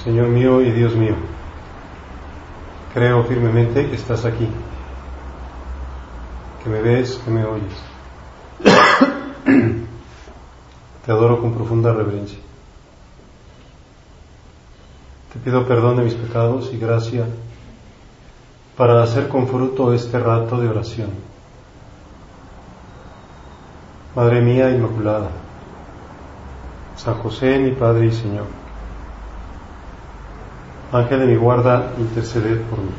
Señor mío y Dios mío, creo firmemente que estás aquí, que me ves, que me oyes. Te adoro con profunda reverencia. Te pido perdón de mis pecados y gracia para hacer con fruto este rato de oración. Madre mía Inmaculada, San José, mi Padre y Señor, Ángel de mi guarda, interceded por mí.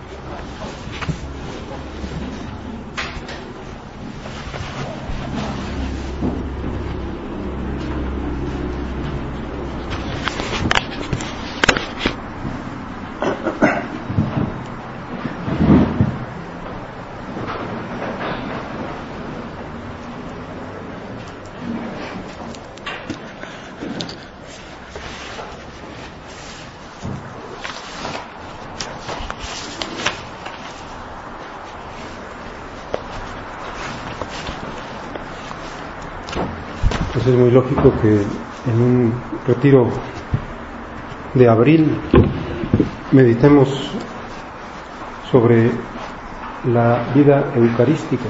Pues es muy lógico que en un retiro de abril meditemos sobre la vida eucarística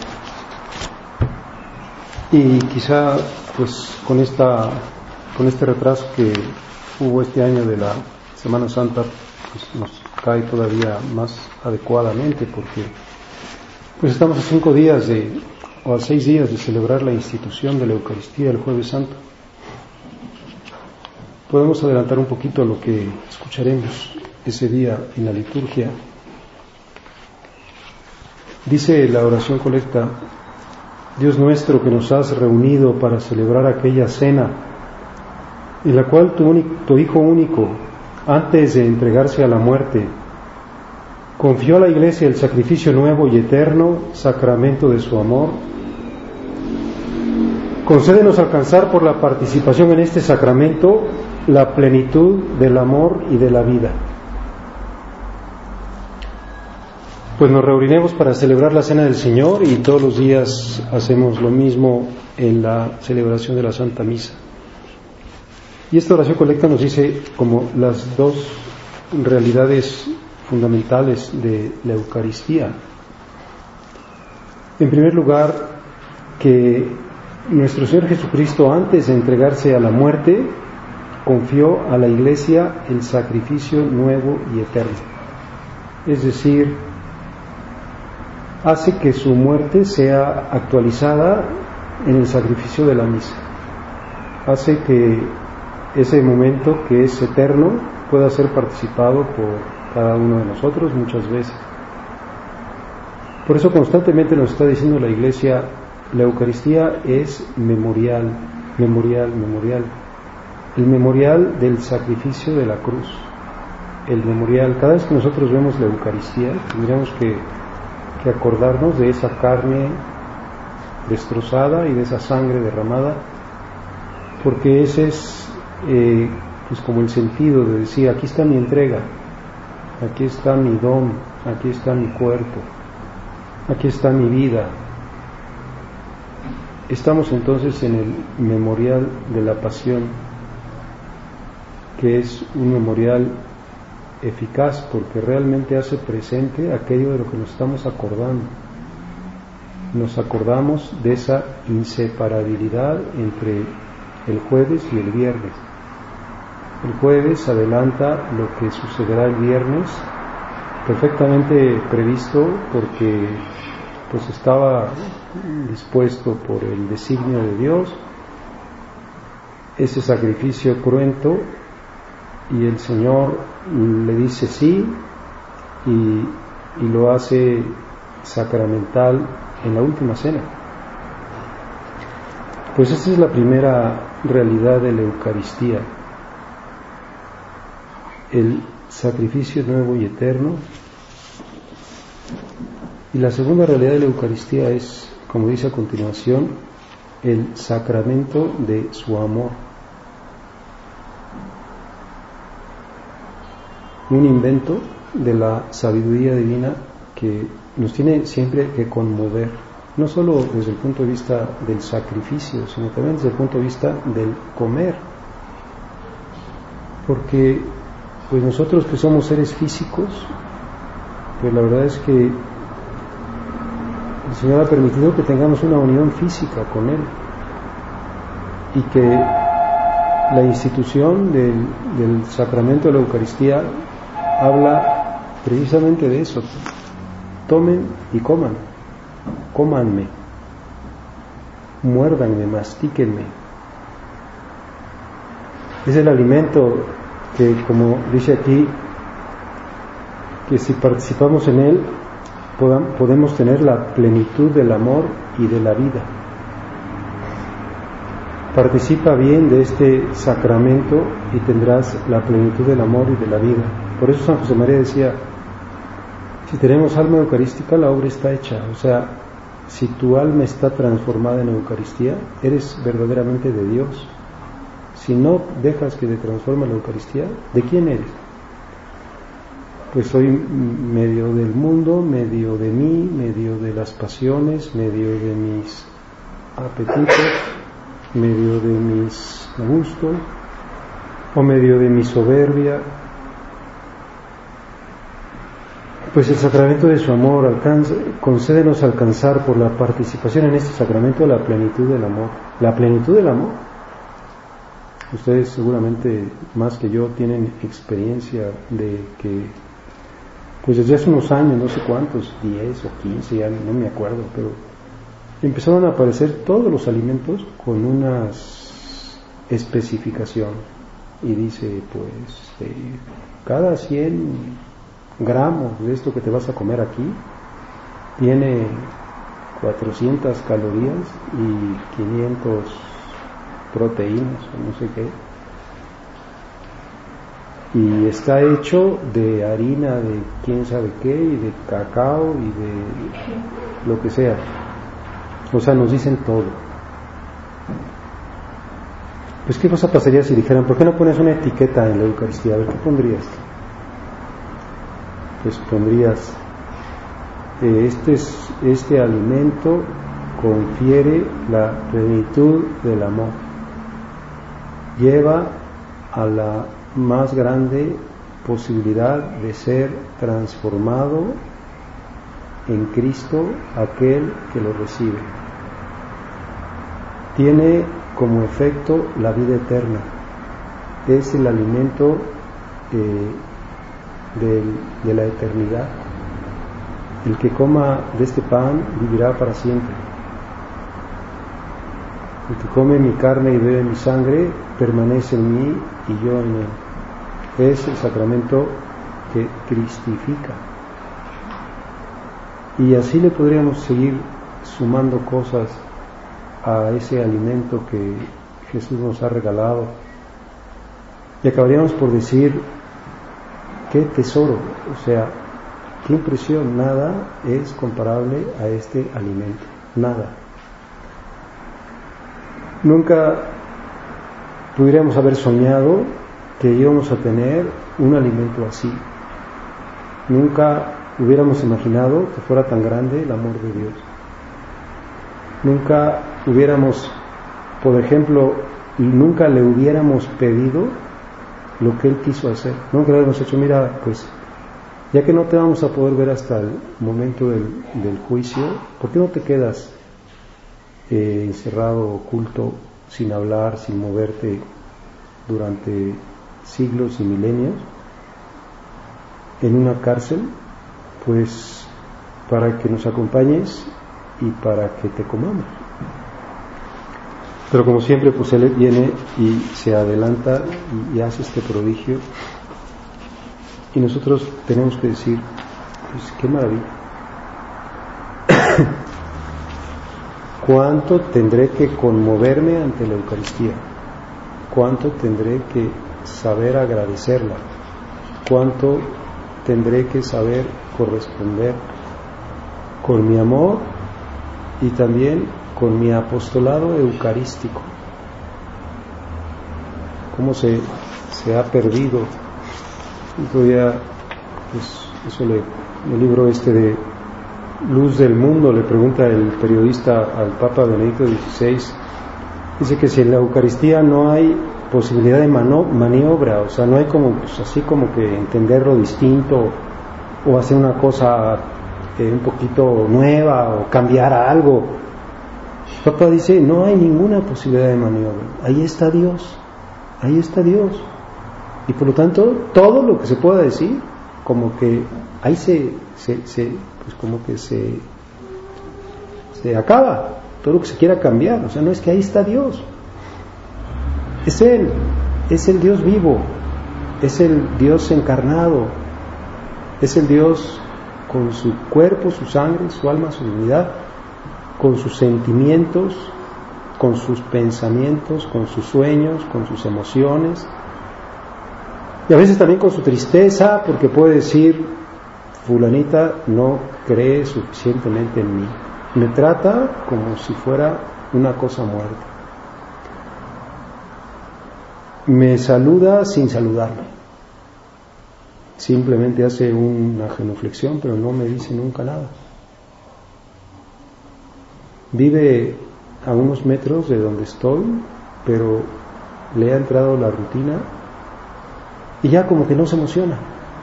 y quizá pues con este retraso que hubo este año de la Semana Santa pues nos cae todavía más adecuadamente, porque pues estamos a 5 días o a 6 días de celebrar la institución de la Eucaristía el Jueves Santo. Podemos adelantar un poquito lo que escucharemos ese día en la liturgia. Dice la oración colecta: Dios nuestro, que nos has reunido para celebrar aquella cena en la cual tu Hijo único, antes de entregarse a la muerte, confió a la Iglesia el sacrificio nuevo y eterno, sacramento de su amor. Concédenos alcanzar por la participación en este sacramento la plenitud del amor y de la vida. Pues nos reuniremos para celebrar la Cena del Señor y todos los días hacemos lo mismo en la celebración de la Santa Misa. Y esta oración colecta nos dice como las dos realidades fundamentales de la Eucaristía. En primer lugar, que nuestro Señor Jesucristo, antes de entregarse a la muerte, confió a la Iglesia el sacrificio nuevo y eterno. Es decir, hace que su muerte sea actualizada en el sacrificio de la misa. Hace que ese momento que es eterno pueda ser participado por cada uno de nosotros muchas veces. Por eso constantemente nos está diciendo la Iglesia: la Eucaristía es memorial, memorial, memorial. El memorial del sacrificio de la cruz. El memorial, cada vez que nosotros vemos la Eucaristía, tendríamos que acordarnos de esa carne destrozada y de esa sangre derramada, porque ese es pues como el sentido de decir: aquí está mi entrega, aquí está mi don, aquí está mi cuerpo, aquí está mi vida. Estamos entonces en el memorial de la pasión, que es un memorial eficaz porque realmente hace presente aquello de lo que nos estamos acordando. Nos acordamos de esa inseparabilidad entre el jueves y el viernes. El jueves adelanta lo que sucederá el viernes, perfectamente previsto porque pues estaba dispuesto por el designio de Dios ese sacrificio cruento, y el Señor le dice sí y lo hace sacramental en la última cena. Pues esta es la primera realidad de la Eucaristía, el sacrificio nuevo y eterno. Y la segunda realidad de la Eucaristía es, como dice a continuación, el sacramento de su amor. Un invento de la sabiduría divina que nos tiene siempre que conmover, no solo desde el punto de vista del sacrificio, sino también desde el punto de vista del comer. Porque pues nosotros que somos seres físicos, pues la verdad es que el Señor ha permitido que tengamos una unión física con Él y que la institución del sacramento de la Eucaristía habla precisamente de eso. Tomen y coman, cómanme, muérdanme, mastíquenme. Es el alimento que, como dice aquí, que si participamos en él podemos tener la plenitud del amor y de la vida. Participa bien de este sacramento y tendrás la plenitud del amor y de la vida. Por eso San José María decía, si tenemos alma eucarística, la obra está hecha. O sea, si tu alma está transformada en Eucaristía, eres verdaderamente de Dios. Si no dejas que te transforme la Eucaristía, ¿de quién eres? Pues soy medio del mundo, medio de mí, medio de las pasiones, medio de mis apetitos, medio de mis gustos, o medio de mi soberbia. Pues el sacramento de su amor concédenos alcanzar por la participación en este sacramento la plenitud del amor. La plenitud del amor. Ustedes seguramente más que yo tienen experiencia de que, pues desde hace unos años, no sé cuántos, 10 o 15, ya no me acuerdo, pero empezaron a aparecer todos los alimentos con una especificación y dice, pues cada 100 gramos de esto que te vas a comer aquí tiene 400 calorías y 500 proteínas o no sé qué, y está hecho de harina de quién sabe qué y de cacao y de lo que sea. O sea, nos dicen todo. Pues ¿qué cosa pasaría si dijeran, ¿por qué no pones una etiqueta en la Eucaristía? A ver, ¿qué pondrías? Pues pondrías, este alimento confiere la plenitud del amor, lleva a la más grande posibilidad de ser transformado en Cristo aquel que lo recibe. Tiene como efecto la vida eterna, es el alimento de la eternidad. El que coma de este pan vivirá para siempre. El que come mi carne y bebe mi sangre permanece en mí y yo en él. Es el sacramento que cristifica. Y así le podríamos seguir sumando cosas a ese alimento que Jesús nos ha regalado. Y acabaríamos por decir, qué tesoro, o sea, qué impresión, nada es comparable a este alimento, nada. Nunca pudiéramos haber soñado que íbamos a tener un alimento así. Nunca hubiéramos imaginado que fuera tan grande el amor de Dios. Nunca hubiéramos, por ejemplo, nunca le hubiéramos pedido lo que Él quiso hacer. Nunca le hubiéramos hecho, mira, pues ya que no te vamos a poder ver hasta el momento del juicio, ¿por qué no te quedas encerrado, oculto, sin hablar, sin moverte durante siglos y milenios en una cárcel? Pues para que nos acompañes y para que te comamos. Pero como siempre, pues Él viene y se adelanta y hace este prodigio, y nosotros tenemos que decir, pues qué maravilla. ¿Cuánto tendré que conmoverme ante la Eucaristía? ¿Cuánto tendré que saber agradecerla? ¿Cuánto tendré que saber corresponder con mi amor y también con mi apostolado eucarístico? ¿Cómo se ha perdido? Otro día, pues eso el libro de Luz del Mundo, le pregunta el periodista al Papa Benedicto XVI, dice que si en la Eucaristía no hay posibilidad de maniobra, o sea, no hay como, pues, así como que entenderlo distinto o hacer una cosa un poquito nueva o cambiar algo. Papá dice, no hay ninguna posibilidad de maniobra, ahí está Dios, y por lo tanto todo lo que se pueda decir, como que ahí pues como que se acaba, todo lo que se quiera cambiar, o sea, no es que ahí está Dios, es Él, es el Dios vivo, es el Dios encarnado, es el Dios con su cuerpo, su sangre, su alma, su divinidad, con sus sentimientos, con sus pensamientos, con sus sueños, con sus emociones, y a veces también con su tristeza, porque puede decir, fulanita no cree suficientemente en mí, me trata como si fuera una cosa muerta, me saluda sin saludarme, simplemente hace una genuflexión, pero no me dice nunca nada. Vive a unos metros de donde estoy, pero le ha entrado la rutina y ya como que no se emociona.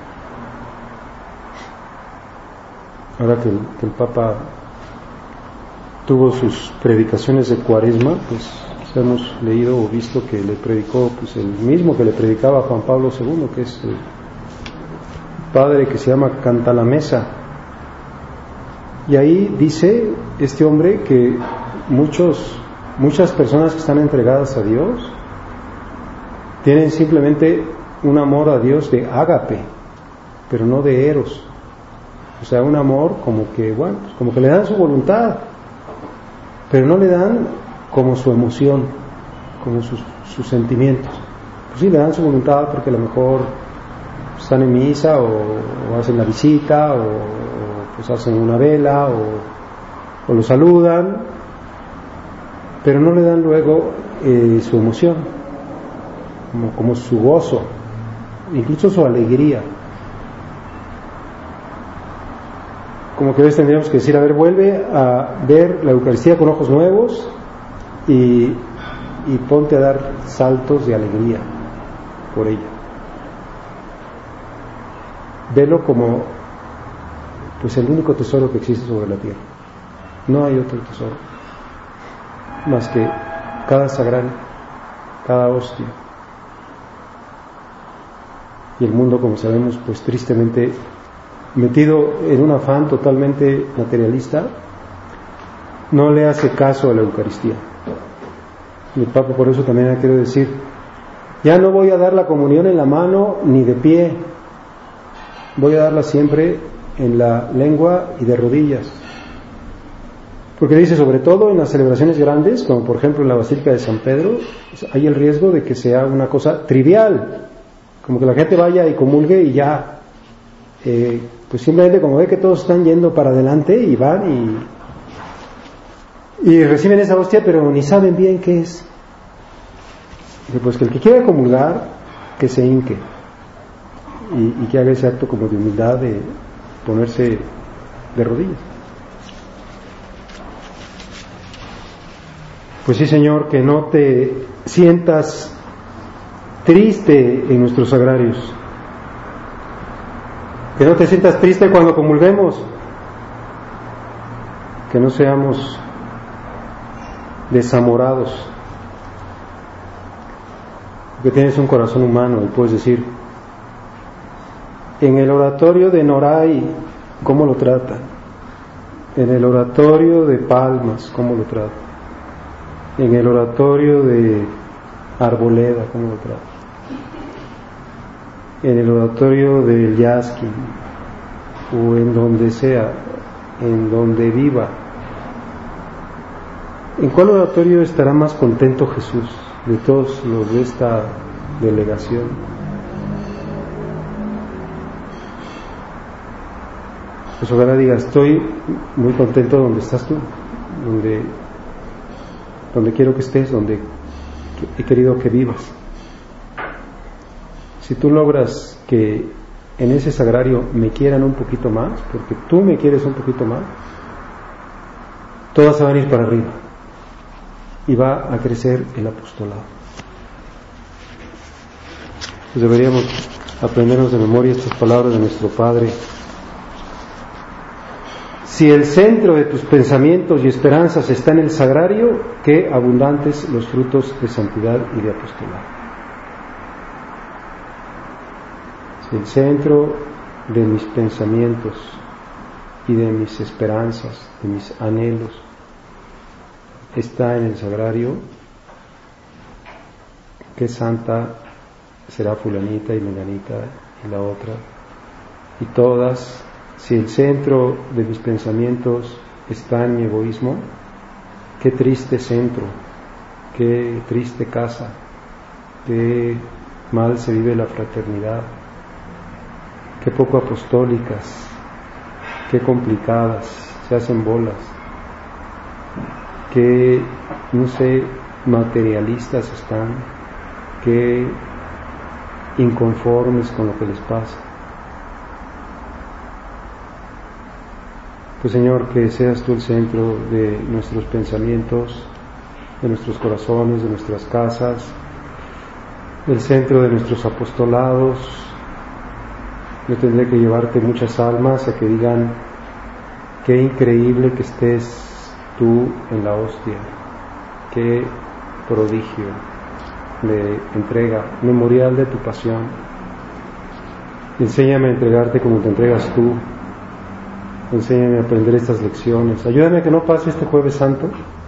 Ahora que el Papa tuvo sus predicaciones de Cuaresma, pues hemos leído o visto que le predicó pues el mismo que le predicaba Juan Pablo II, que es el padre que se llama Cantalamessa. Y ahí dice este hombre que muchas personas que están entregadas a Dios tienen simplemente un amor a Dios de ágape, pero no de eros. O sea, un amor como que, bueno, pues como que le dan su voluntad, pero no le dan como su emoción, como sus sentimientos. Pues sí, le dan su voluntad porque a lo mejor están en misa o hacen la visita o pues hacen una vela o lo saludan, pero no le dan luego su emoción, como su gozo, incluso su alegría. Como que a veces tendríamos que decir, a ver, vuelve a ver la Eucaristía con ojos nuevos y ponte a dar saltos de alegría por ella. Velo como pues el único tesoro que existe sobre la tierra. No hay otro tesoro más que cada sagrario, cada hostia. Y el mundo, como sabemos, pues tristemente metido en un afán totalmente materialista, no le hace caso a la Eucaristía. Mi Papa por eso también ha querido decir, ya no voy a dar la comunión en la mano ni de pie, voy a darla siempre en la lengua y de rodillas. Porque dice, sobre todo en las celebraciones grandes, como por ejemplo en la Basílica de San Pedro, hay el riesgo de que sea una cosa trivial, como que la gente vaya y comulgue y ya, pues simplemente como ve que todos están yendo para adelante y van y reciben esa hostia, pero ni saben bien qué es. Pues que el que quiera comulgar, que se hinque y que haga ese acto como de humildad de ponerse de rodillas. Pues sí, Señor, que no te sientas triste en nuestros sagrarios, que no te sientas triste cuando comulguemos, que no seamos desamorados, porque tienes un corazón humano y puedes decir, en el oratorio de Noray, ¿cómo lo tratan? En el oratorio de Palmas, ¿cómo lo tratan? En el oratorio de Arboleda, ¿cómo lo tratan? En el oratorio del Yaskin, o en donde sea, en donde viva. ¿En cuál oratorio estará más contento Jesús de todos los de esta delegación? Pues ojalá diga, estoy muy contento donde estás tú, donde quiero que estés, donde he querido que vivas. Si tú logras que en ese sagrario me quieran un poquito más, porque tú me quieres un poquito más, todas se van a ir para arriba y va a crecer el apostolado. Pues deberíamos aprendernos de memoria estas palabras de nuestro Padre. Si el centro de tus pensamientos y esperanzas está en el sagrario, qué abundantes los frutos de santidad y de apostolado. Si el centro de mis pensamientos y de mis esperanzas, de mis anhelos, está en el sagrario, qué santa será fulanita y menganita y la otra, y todas. Si el centro de mis pensamientos está en mi egoísmo, qué triste centro, qué triste casa, qué mal se vive la fraternidad, qué poco apostólicas, qué complicadas, se hacen bolas, qué, no sé, materialistas están, qué inconformes con lo que les pasa. Pues Señor, que seas tú el centro de nuestros pensamientos, de nuestros corazones, de nuestras casas, el centro de nuestros apostolados. Yo tendré que llevarte muchas almas a que digan qué increíble que estés tú en la hostia, qué prodigio de entrega, memorial de tu pasión. Enséñame a entregarte como te entregas tú. Enséñame a aprender estas lecciones. Ayúdame a que no pase este Jueves Santo,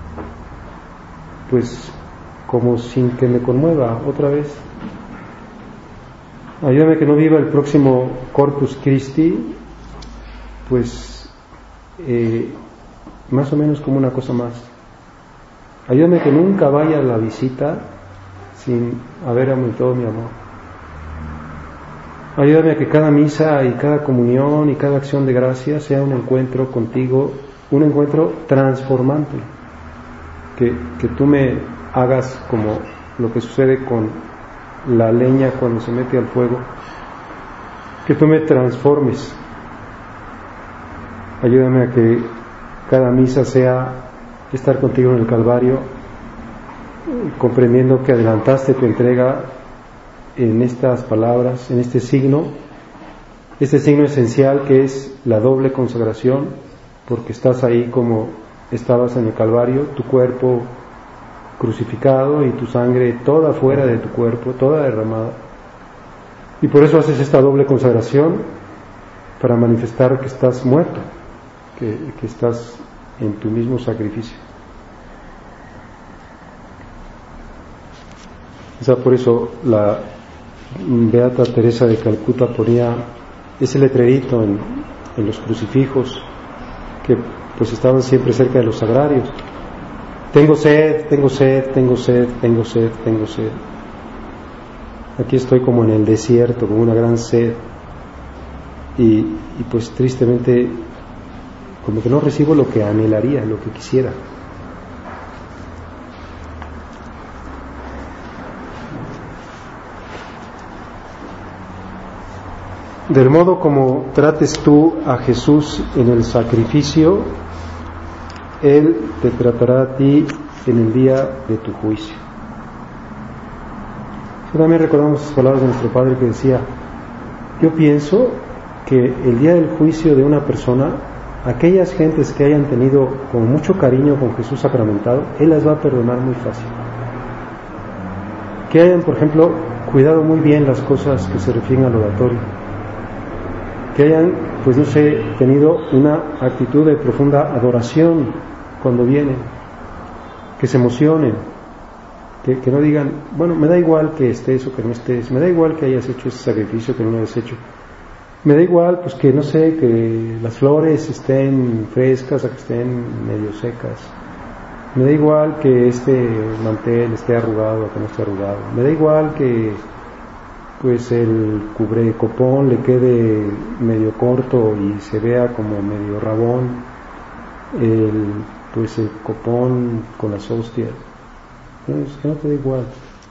pues como sin que me conmueva otra vez. Ayúdame a que no viva el próximo Corpus Christi, pues más o menos como una cosa más. Ayúdame a que nunca vaya a la visita sin haber aumentado mi amor. Ayúdame a que cada misa y cada comunión y cada acción de gracia sea un encuentro contigo, un encuentro transformante. Que tú me hagas como lo que sucede con la leña cuando se mete al fuego, que tú me transformes. Ayúdame a que cada misa sea estar contigo en el Calvario, comprendiendo que adelantaste tu entrega en estas palabras, en este signo esencial que es la doble consagración, porque estás ahí como estabas en el Calvario, tu cuerpo crucificado y tu sangre toda fuera de tu cuerpo, toda derramada, y por eso haces esta doble consagración, para manifestar que estás muerto, que estás en tu mismo sacrificio. O sea, por eso la Beata Teresa de Calcuta ponía ese letrerito en los crucifijos que pues estaban siempre cerca de los sagrarios: tengo sed, tengo sed, tengo sed, tengo sed, tengo sed. Aquí estoy como en el desierto, con una gran sed, y pues tristemente como que no recibo lo que anhelaría, lo que quisiera. Del modo como trates tú a Jesús en el sacrificio, Él te tratará a ti en el día de tu juicio. También recordamos las palabras de nuestro Padre que decía: yo pienso que el día del juicio de una persona, aquellas gentes que hayan tenido con mucho cariño con Jesús sacramentado, Él las va a perdonar muy fácil. Que hayan, por ejemplo, cuidado muy bien las cosas que se refieren al oratorio, que hayan, pues no sé, tenido una actitud de profunda adoración cuando vienen, que se emocionen, que no digan, bueno, me da igual que estés o que no estés, me da igual que hayas hecho ese sacrificio que no lo hayas hecho, me da igual, pues que no sé, que las flores estén frescas o que estén medio secas, me da igual que este mantel esté arrugado o que no esté arrugado, me da igual que pues el cubrecopón le quede medio corto y se vea como medio rabón, pues el copón con las hostias, que no te da igual,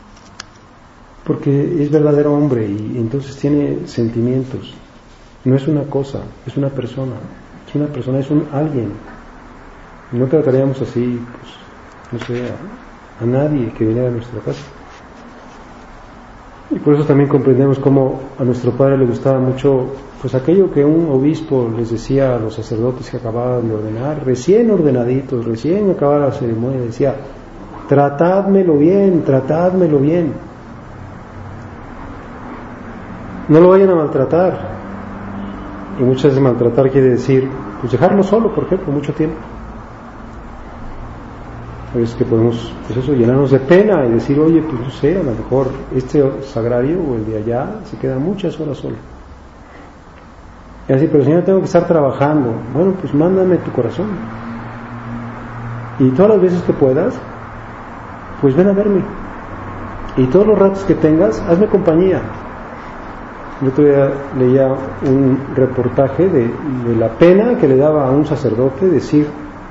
porque es verdadero hombre y entonces tiene sentimientos. No es una cosa, es una persona, es un alguien. No trataríamos así, pues, no sé, a nadie que viniera a nuestra casa. Y por eso también comprendemos cómo a nuestro Padre le gustaba mucho, pues aquello que un obispo les decía a los sacerdotes que acababan de ordenar, recién ordenaditos, recién acababa la ceremonia, decía: tratádmelo bien, tratádmelo bien. No lo vayan a maltratar. Y muchas veces maltratar quiere decir, pues dejarlo solo, por ejemplo, mucho tiempo. A veces que podemos, pues eso, llenarnos de pena y decir: oye, pues no sé, a lo mejor este sagrario o el de allá se queda muchas horas solo. Y así: pero Señor, tengo que estar trabajando. Bueno, pues mándame tu corazón. Y todas las veces que puedas, pues ven a verme. Y todos los ratos que tengas, hazme compañía. Yo todavía leía un reportaje de la pena que le daba a un sacerdote decir: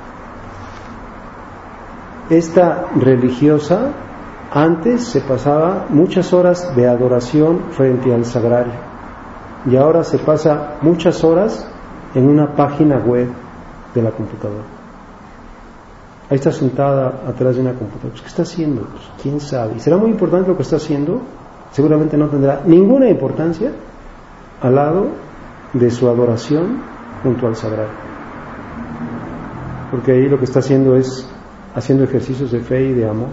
esta religiosa antes se pasaba muchas horas de adoración frente al sagrario y ahora se pasa muchas horas en una página web de la computadora. Ahí está sentada atrás de una computadora. Pues, ¿qué está haciendo? Pues, ¿quién sabe? ¿Y será muy importante lo que está haciendo? Seguramente no tendrá ninguna importancia al lado de su adoración junto al sagrario, porque ahí lo que está haciendo es haciendo ejercicios de fe y de amor.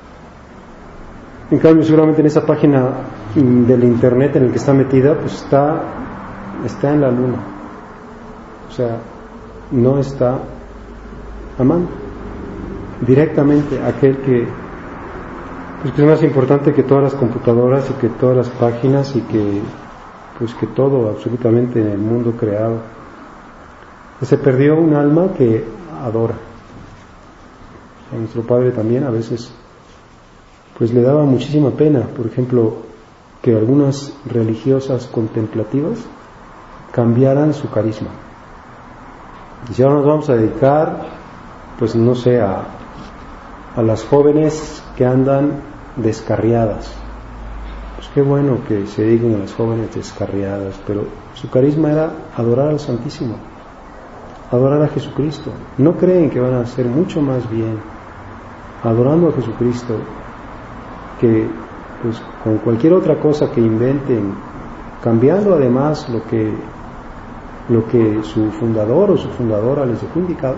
En cambio, seguramente en esa página del internet en el que está metida, pues está en la luna, o sea, no está amando directamente a aquel que es más importante que todas las computadoras y que todas las páginas y que todo absolutamente en el mundo creado. Se perdió un alma que adora. A nuestro Padre también a veces pues le daba muchísima pena, por ejemplo, que algunas religiosas contemplativas cambiaran su carisma. Y ahora nos vamos a dedicar, pues no sé, a las jóvenes que andan descarriadas. Pues qué bueno que se dediquen a las jóvenes descarriadas, pero su carisma era adorar al Santísimo, adorar a Jesucristo. ¿No creen que van a hacer mucho más bien adorando a Jesucristo que pues con cualquier otra cosa que inventen, cambiando además lo que su fundador o su fundadora les dejó indicado?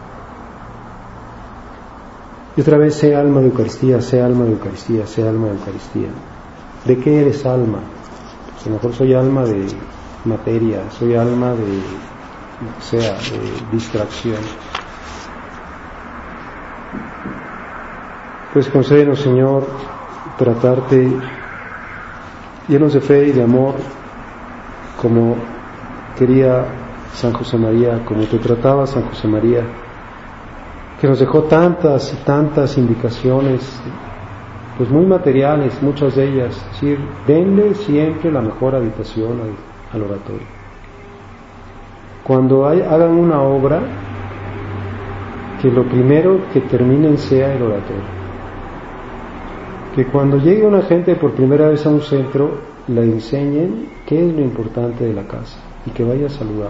Y otra vez: sé alma de Eucaristía, sé alma de Eucaristía, sé alma de Eucaristía. ¿De qué eres alma? Pues a lo mejor soy alma de materia, soy alma de distracción. Pues concédenos, Señor, tratarte llenos de fe y de amor, como quería San José María, como te trataba San José María, que nos dejó tantas y tantas indicaciones, pues muy materiales, muchas de ellas. Es decir, denle siempre la mejor habitación al oratorio. Cuando hagan una obra, que lo primero que terminen sea el oratorio. Que cuando llegue una gente por primera vez a un centro, le enseñen qué es lo importante de la casa y que vaya a saludar.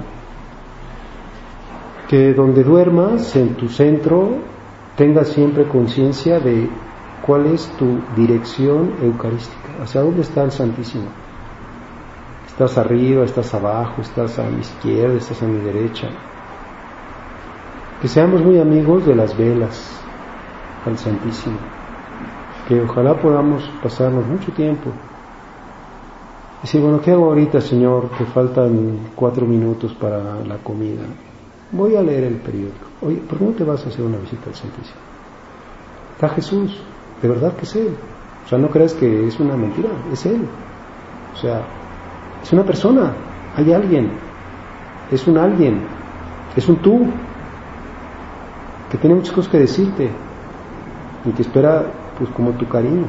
Que donde duermas, en tu centro, tengas siempre conciencia de cuál es tu dirección eucarística, hacia dónde está el Santísimo. Estás arriba, estás abajo, estás a mi izquierda, estás a mi derecha. Que seamos muy amigos de las velas al Santísimo, que ojalá podamos pasarnos mucho tiempo y decir: bueno, ¿qué hago ahorita, Señor? Que faltan 4 minutos para la comida. Voy a leer el periódico. Oye, ¿por qué no te vas a hacer una visita al Santísimo? Está Jesús, de verdad que es Él. O sea, no creas que es una mentira, es Él. O sea, es una persona, hay alguien, es un alguien, es un tú, que tiene muchas cosas que decirte y que espera, pues, como tu cariño,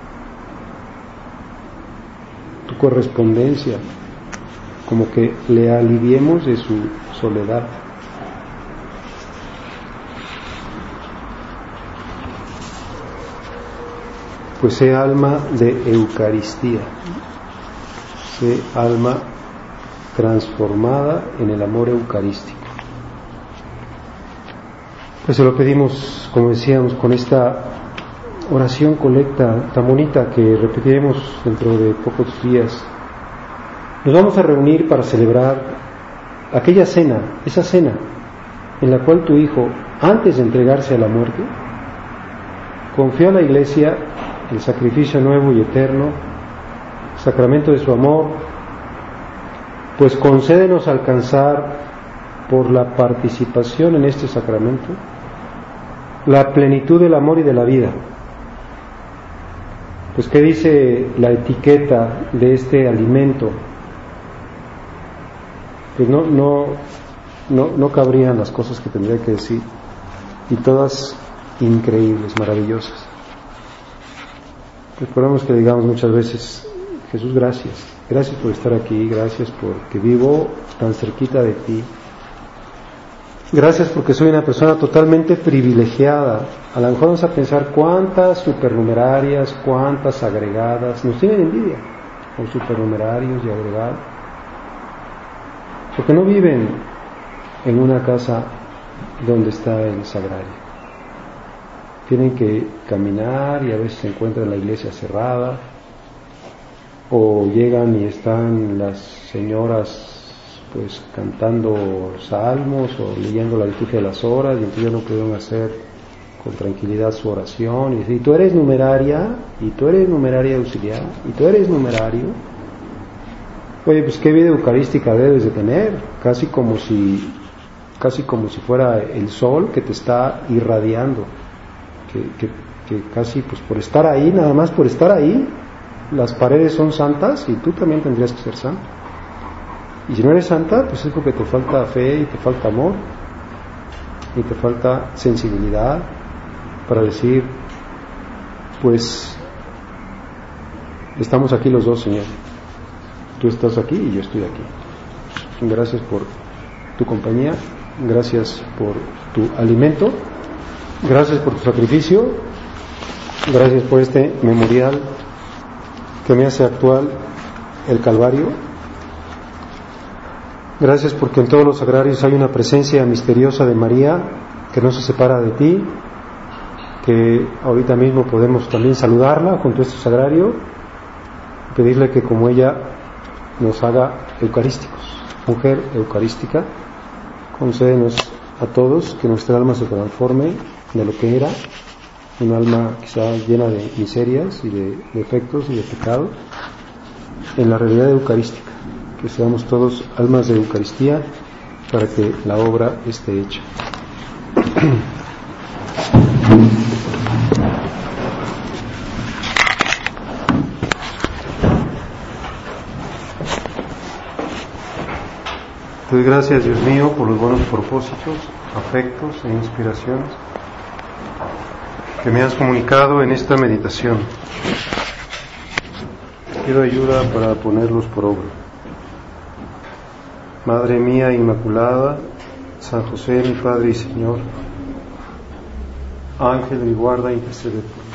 tu correspondencia, como que le aliviemos de su soledad. Pues sé alma de Eucaristía, sé alma transformada en el amor eucarístico. Pues se lo pedimos, como decíamos, con esta oración colecta tan bonita que repetiremos dentro de pocos días. Nos vamos a reunir para celebrar aquella cena, esa cena en la cual tu hijo, antes de entregarse a la muerte, confió a la Iglesia el sacrificio nuevo y eterno, sacramento de su amor. Pues concédenos alcanzar por la participación en este sacramento la plenitud del amor y de la vida. Pues ¿qué dice la etiqueta de este alimento? Pues no cabrían las cosas que tendría que decir, y todas increíbles, maravillosas. Esperamos que digamos muchas veces: Jesús, gracias por estar aquí, gracias porque vivo tan cerquita de ti, gracias porque soy una persona totalmente privilegiada. A lo mejor vamos a pensar cuántas supernumerarias, cuántas agregadas nos tienen envidia por supernumerarios y agregados, porque no viven en una casa donde está el sagrario. Tienen que caminar y a veces se encuentran en la iglesia cerrada, o llegan y están las señoras pues cantando salmos o leyendo la liturgia de las horas, y entonces ya no pudieron hacer con tranquilidad su oración, y tú eres numeraria, y tú eres numeraria auxiliar, y tú eres numerario. Oye, pues qué vida eucarística debes de tener, casi como si fuera el sol que te está irradiando, que casi pues por estar ahí, nada más por estar ahí, las paredes son santas y tú también tendrías que ser santo. Y si no eres santa, pues es porque te falta fe y te falta amor y te falta sensibilidad para decir, pues estamos aquí los dos, Señor. Tú estás aquí y yo estoy aquí. Gracias por tu compañía, gracias por tu alimento, gracias por tu sacrificio, gracias por este memorial que me hace actual el Calvario. Gracias porque en todos los sagrarios hay una presencia misteriosa de María que no se separa de ti, que ahorita mismo podemos también saludarla junto a este sagrario, pedirle que como ella nos haga eucarísticos. Mujer eucarística, concédenos a todos que nuestra alma se transforme de lo que era, un alma quizá llena de miserias y de defectos y de pecados, en la realidad eucarística, que seamos todos almas de Eucaristía para que la obra esté hecha. Te doy gracias, Dios mío, por los buenos propósitos, afectos e inspiraciones que me has comunicado en esta meditación. Pido ayuda para ponerlos por obra. Madre mía Inmaculada, San José, mi Padre y Señor, Ángel de mi guarda, intercede por mí.